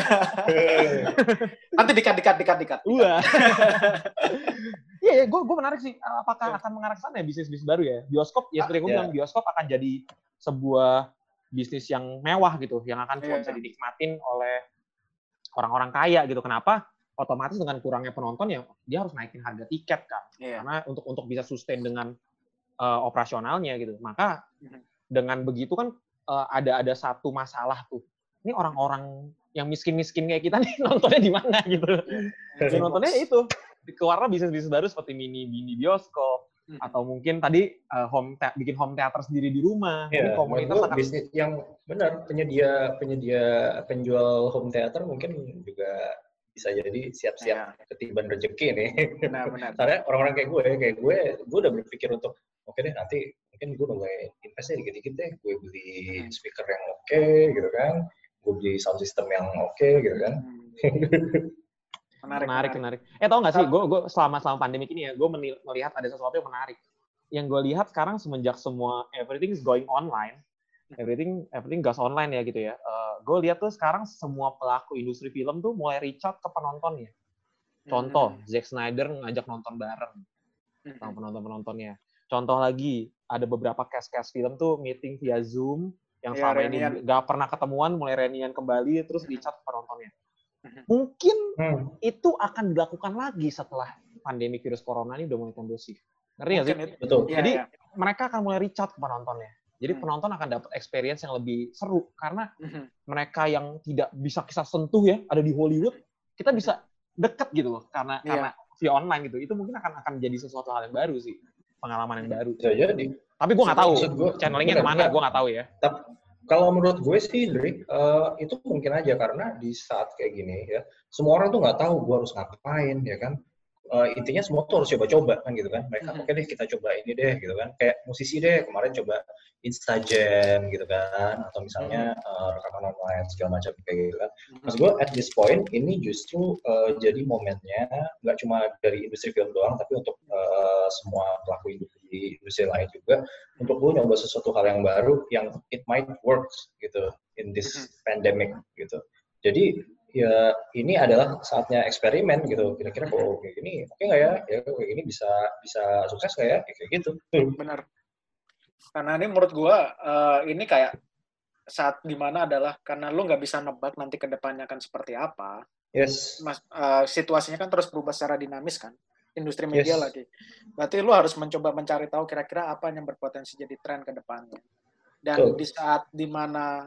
Nanti dikat, dikat, dikat, dikat. Iya. Iya, ya, gue gue menarik sih. Apakah akan mengarah ke sana ya bisnis-bisnis baru ya? Bioskop, ya seperti gue bilang, bioskop akan jadi sebuah bisnis yang mewah gitu, yang akan cuma bisa dinikmatin oleh orang-orang kaya gitu. Kenapa? Otomatis dengan kurangnya penonton ya dia harus naikin harga tiket kan. Yeah. Karena untuk untuk bisa sustain dengan uh, operasionalnya gitu. Maka mm-hmm. dengan begitu kan uh, ada ada satu masalah tuh. Ini orang-orang yang miskin-miskin kayak kita nih nontonnya di mana gitu. Yeah. Nontonnya itu keluarnya bisnis-bisnis baru seperti mini mini bioskop mm-hmm. atau mungkin tadi uh, home te- bikin home theater sendiri di rumah. Yeah. Ini komunitas akan bisnis yang benar penyedia penyedia penjual home theater mungkin juga bisa jadi siap-siap ya. Ketiban rezeki nih. Benar-benar. Karena orang-orang kayak gue, kayak gue, gue udah berpikir untuk oke okay deh nanti mungkin gue udah mulai investnya dikit-dikit deh, gue beli hmm. speaker yang oke okay, gitu kan, gue beli sound system yang oke okay, gitu kan. Hmm. menarik, menarik, menarik. Eh tau nggak sih, gue gue selama selama pandemi ini ya, gue melihat ada sesuatu yang menarik. Yang gue lihat sekarang semenjak semua everything is going online. Everything, everything goes online ya gitu ya. Uh, gue lihat tuh sekarang semua pelaku industri film tuh mulai reach out ke penontonnya. Contoh, mm-hmm. Zack Snyder ngajak nonton bareng mm-hmm. sama penonton-penontonnya. Contoh lagi, ada beberapa cast-cast film tuh meeting via Zoom yang yeah, selama reunian. Ini gak pernah ketemuan, mulai reunian kembali, terus reach out ke penontonnya. Mm-hmm. Mungkin mm. itu akan dilakukan lagi setelah pandemi virus corona ini udah mulai kondusif. Ngerti nggak sih? Betul. Jadi yeah, yeah. mereka akan mulai reach out ke penontonnya. Jadi penonton akan dapat experience yang lebih seru karena mm-hmm. mereka yang tidak bisa kita sentuh ya, ada di Hollywood, kita bisa deket gitu loh karena yeah. karena via online gitu. Itu mungkin akan akan jadi sesuatu hal yang baru sih, pengalaman yang baru. Ya, jadi. Tapi gue nggak tahu channelingnya kemana, gue nggak tahu ya. Tapi kalau menurut gue sih, Dri, uh, itu mungkin aja karena di saat kayak gini ya, semua orang tuh nggak tahu gue harus ngapain ya kan. Uh, intinya semua tuh harus coba-coba kan gitu kan. Mereka oke okay deh kita coba ini deh gitu kan. Kayak musisi deh kemarin coba Instagram gitu kan, atau misalnya uh, rekaman online segala macam kayak gitu kan. Maksud gue at this point ini justru uh, jadi momennya nggak cuma dari industri film doang, tapi untuk uh, semua pelaku industri industri lain juga untuk lu nyoba sesuatu hal yang baru yang it might work gitu in this pandemic gitu. Jadi ya ini adalah saatnya eksperimen gitu. Kira-kira kalau kayak gini oke nggak ya? Ya kayak gini bisa bisa sukses nggak ya? Kayak gitu. Benar. Karena ini menurut gua uh, ini kayak saat dimana adalah karena lu nggak bisa nebak nanti ke depannya akan seperti apa. Yes. Mas, uh, situasinya kan terus berubah secara dinamis kan. Industri media yes. lagi. Berarti lu harus mencoba mencari tahu kira-kira apa yang berpotensi jadi tren ke depannya. Dan so. di saat dimana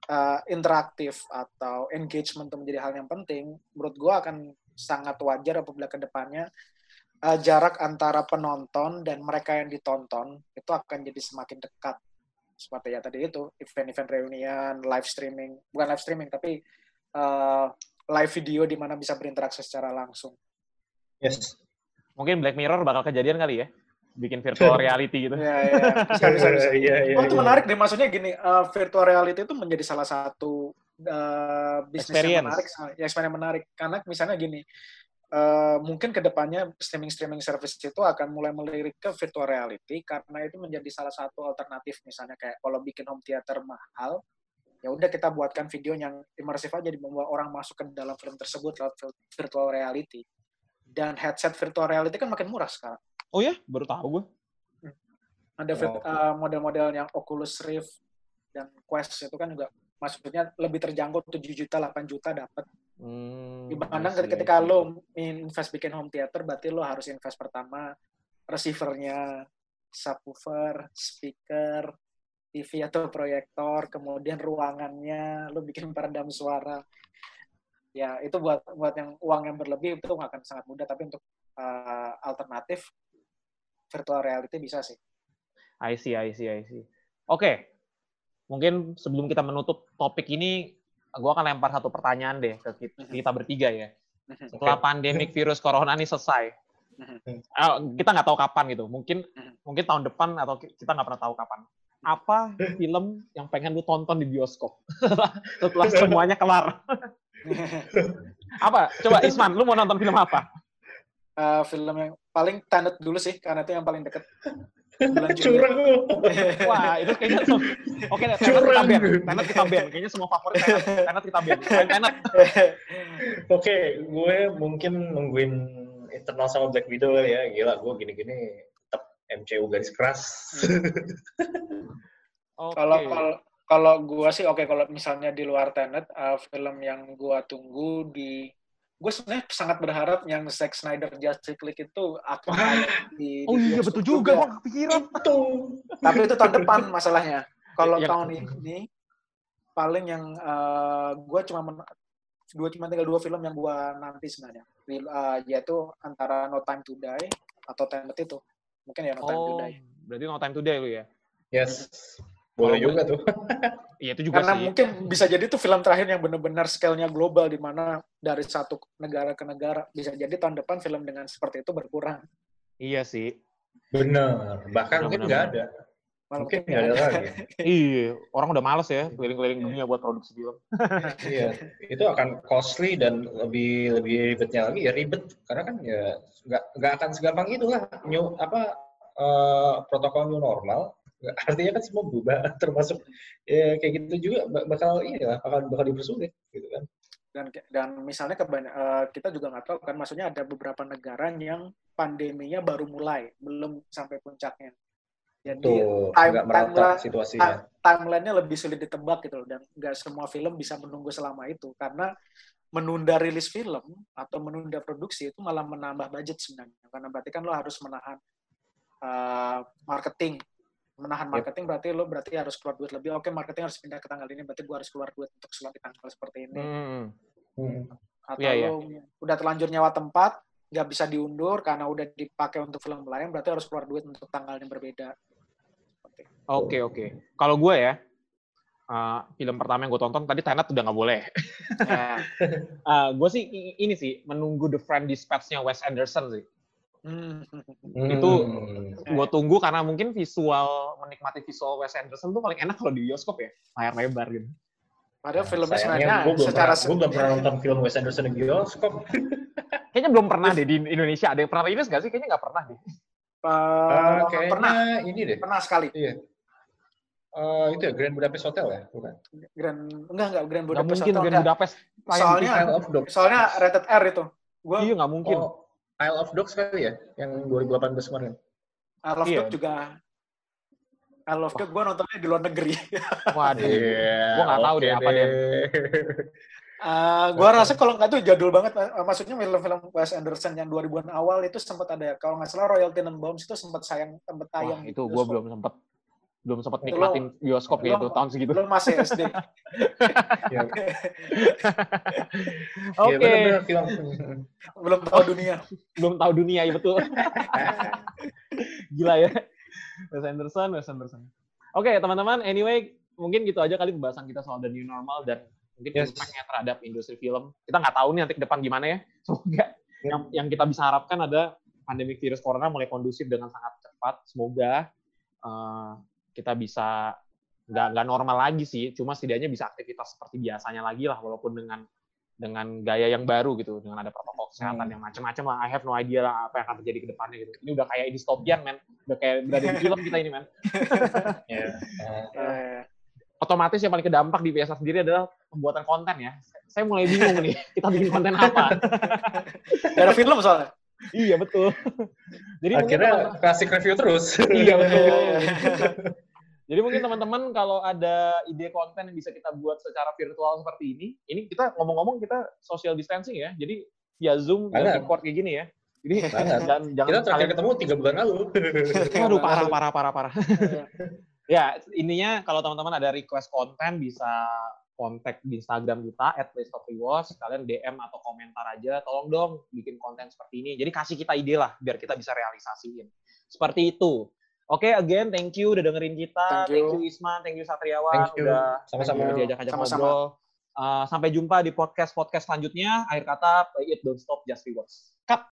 uh, interaktif atau engagement itu menjadi hal yang penting, menurut gue akan sangat wajar apabila ke depannya uh, jarak antara penonton dan mereka yang ditonton itu akan jadi semakin dekat. Seperti ya tadi itu, event-event reunian, live streaming, bukan live streaming, tapi uh, live video di mana bisa berinteraksi secara langsung. Yes. Mungkin Black Mirror bakal kejadian kali ya, bikin virtual reality gitu. Iya, iya, bisa, bisa, bisa. Iya, iya, Oh, itu iya. menarik deh, maksudnya gini, uh, virtual reality itu menjadi salah satu uh, bisnis yang menarik, ya, eksperimen menarik. Karena misalnya gini, uh, mungkin kedepannya streaming-streaming service itu akan mulai melirik ke virtual reality, karena itu menjadi salah satu alternatif. Misalnya kayak kalau bikin home theater mahal, ya udah kita buatkan video yang imersif aja, jadi membawa orang masuk ke dalam film tersebut lewat virtual reality. Dan headset virtual reality kan makin murah sekarang. Oh ya? Baru tahu gue. Ada uh, model-model yang Oculus Rift dan Quest itu kan juga maksudnya lebih terjangkau, tujuh juta, delapan juta dapat. Hmm, Dibanding ketika lo invest bikin home theater, berarti lo harus invest pertama receiver-nya, subwoofer, speaker, T V atau proyektor, kemudian ruangannya, lo bikin peredam suara. Ya, itu buat buat yang uang yang berlebih itu akan sangat mudah, tapi untuk uh, alternatif virtual reality bisa sih. I see, I see, I see. Oke, okay. Mungkin sebelum kita menutup topik ini, gue akan lempar satu pertanyaan deh ke kita, kita bertiga ya. Setelah okay. pandemik virus corona ini selesai, uh, kita nggak tahu kapan gitu. Mungkin mungkin tahun depan atau kita nggak pernah tahu kapan. Apa film yang pengen lu tonton di bioskop setelah semuanya kelar? Apa? Coba Isman, lu mau nonton film apa? Uh, film yang paling Tenet dulu sih, karena itu yang paling deket. Curang lu. Wah, itu kayaknya oke, Tenet kita ban. Tenet kita ban. Kayaknya semua favorit Tenet. Tenet kita ban. Tenet. Oke, gue mungkin nungguin Eternal sama Black Widow ya. Gila, gue gini-gini tetap M C U garis keras. Kalau kalau kalau gue sih oke, okay, kalau misalnya di luar Tenet, uh, film yang gue tunggu di gue sebenarnya sangat berharap yang Zack Snyder Justice League itu akan di, oh di iya betul juga, gue nggak kepikiran tuh. Tapi itu tahun depan masalahnya. Kalau ya, tahun ini paling yang uh, gue cuma men- dua cuma tinggal dua film yang gue nanti sebenarnya, uh, yaitu antara No Time to Die atau Tenet itu. Mungkin ya No Time oh, to Die. Berarti No Time to Die lu ya? Yes. Boleh juga tuh. Iya itu juga karena sih. Mungkin bisa jadi itu film terakhir yang benar-benar scale-nya global, di mana dari satu negara ke negara. Bisa jadi tahun depan film dengan seperti itu berkurang. Iya sih. Benar. Bahkan benar, mungkin nggak ada. Malah mungkin nggak ada lagi. Iya, orang udah males ya keliling-keliling dunia buat produksi film. Iya, itu akan costly dan lebih lebih ribetnya lagi ya ribet karena kan ya nggak nggak akan segampang itulah new apa uh, protokol new normal. Artinya kan semua berubah, termasuk ya, kayak gitu juga bakal ini lah, bakal bakal dipersulit gitu kan. Dan dan misalnya kebanyak, uh, kita juga nggak tahu kan, maksudnya ada beberapa negara yang pandeminya baru mulai, belum sampai puncaknya. Jadi Tuh, time, timeline situasinya. Timeline-nya lebih sulit ditebak gitu loh, dan nggak semua film bisa menunggu selama itu karena menunda rilis film atau menunda produksi itu malah menambah budget sebenarnya, karena berarti kan lo harus menahan uh, marketing. Menahan marketing yep. berarti lo berarti harus keluar duit lebih. Oke, marketing harus pindah ke tanggal ini, berarti gue harus keluar duit untuk slot di tanggal seperti ini. Hmm. Hmm. Atau yeah, lo yeah. udah terlanjur nyewa tempat, nggak bisa diundur karena udah dipakai untuk film lain, berarti harus keluar duit untuk tanggal yang berbeda. Oke, okay, oke. Okay. Kalau gue ya, uh, film pertama yang gue tonton tadi Tenet udah nggak boleh. Nah, uh, gue sih ini sih menunggu The Friend Dispatch-nya Wes Anderson sih. Hmm. Itu gue tunggu karena mungkin visual, menikmati visual Wes Anderson tuh paling enak kalau di bioskop ya, layar lebar gitu. Padahal filmnya sebenarnya secara gue belum pernah nonton film Wes Anderson di bioskop. Kayaknya belum pernah deh di Indonesia. Ada yang pernah rilis nggak sih? Kayaknya nggak pernah deh. Uh, uh, pernah ini deh. Pernah sekali. Iya. Uh, itu ya Grand Budapest Hotel ya, bukan? Grand enggak enggak Grand Budapest Hotel. Mungkin Grand Budapest. Soalnya of Dogs. Soalnya rated R itu. Gua, iya nggak mungkin. Oh, Isle of Dogs kali ya, yang dua ribu delapan belas kemarin. Isle of iya. Dogs juga. Isle of Dogs gue nontonnya di luar negeri. Waduh, yeah, gue nggak okay tahu deh apa deh. Uh, gue rasa kalau nggak tuh jadul banget. Maksudnya film-film Wes Anderson yang dua ribuan awal itu sempat ada. Kalau nggak salah Royal Tenenbaums itu sempat sayang, sempat tayang. Wah, itu gue belum sempat. belum sempat Itu nikmatin bioskop kayak itu Belum- tahun segitu. Belum masih S D. Ya, Oke, ya benar-benar film. Belum tahu dunia. belum tahu dunia ya betul. Gila ya. Wes Anderson, Wes Anderson. Oke, teman-teman, anyway, mungkin gitu aja kali pembahasan kita soal the new normal dan mungkin Yes. impact-nya terhadap industri film. Kita nggak tahu nih nanti ke depan gimana ya. Semoga Ya. yang yang kita bisa harapkan ada pandemi virus corona mulai kondusif dengan sangat cepat. Semoga uh, kita bisa nggak nggak normal lagi sih, cuma setidaknya bisa aktivitas seperti biasanya lagi lah, walaupun dengan dengan gaya yang baru gitu, dengan ada protokol kesehatan Hmm. yang macam-macam lah. I have no idea lah apa yang akan terjadi ke depannya gitu. Ini udah kayak dystopian, men. Udah kayak berada di film kita ini, men. Ya. Uh, Eh, Otomatis yang paling kedampak di P S A sendiri adalah pembuatan konten ya. Saya mulai bingung nih, kita bikin konten apa? Gak ada film soalnya. Iya, betul. Jadi mungkin akhirnya teman- klasik review terus. iya, betul. Iya. Jadi mungkin teman-teman kalau ada ide konten yang bisa kita buat secara virtual seperti ini, ini kita ngomong-ngomong kita social distancing ya. Jadi via Zoom, via Banget. record kayak gini ya. Jadi Banget. dan jangan Kita terakhir kalian- ketemu tiga bulan lalu. Waduh, parah, parah, parah, parah. Ya, intinya kalau teman-teman ada request konten bisa kontak di Instagram kita at playstopviewers, kalian D M atau komentar aja, tolong dong bikin konten seperti ini. Jadi kasih kita ide lah biar kita bisa realisasiin. Seperti itu. Oke, again thank you udah dengerin kita. Thank you. Thank you Isman, thank you Satriawan Thank you. udah Sama-sama. udah diajak-ajak Sama-sama. ngobrol. Uh, sampai jumpa di podcast-podcast selanjutnya. Akhir kata, play it, don't stop, just viewers. Cut.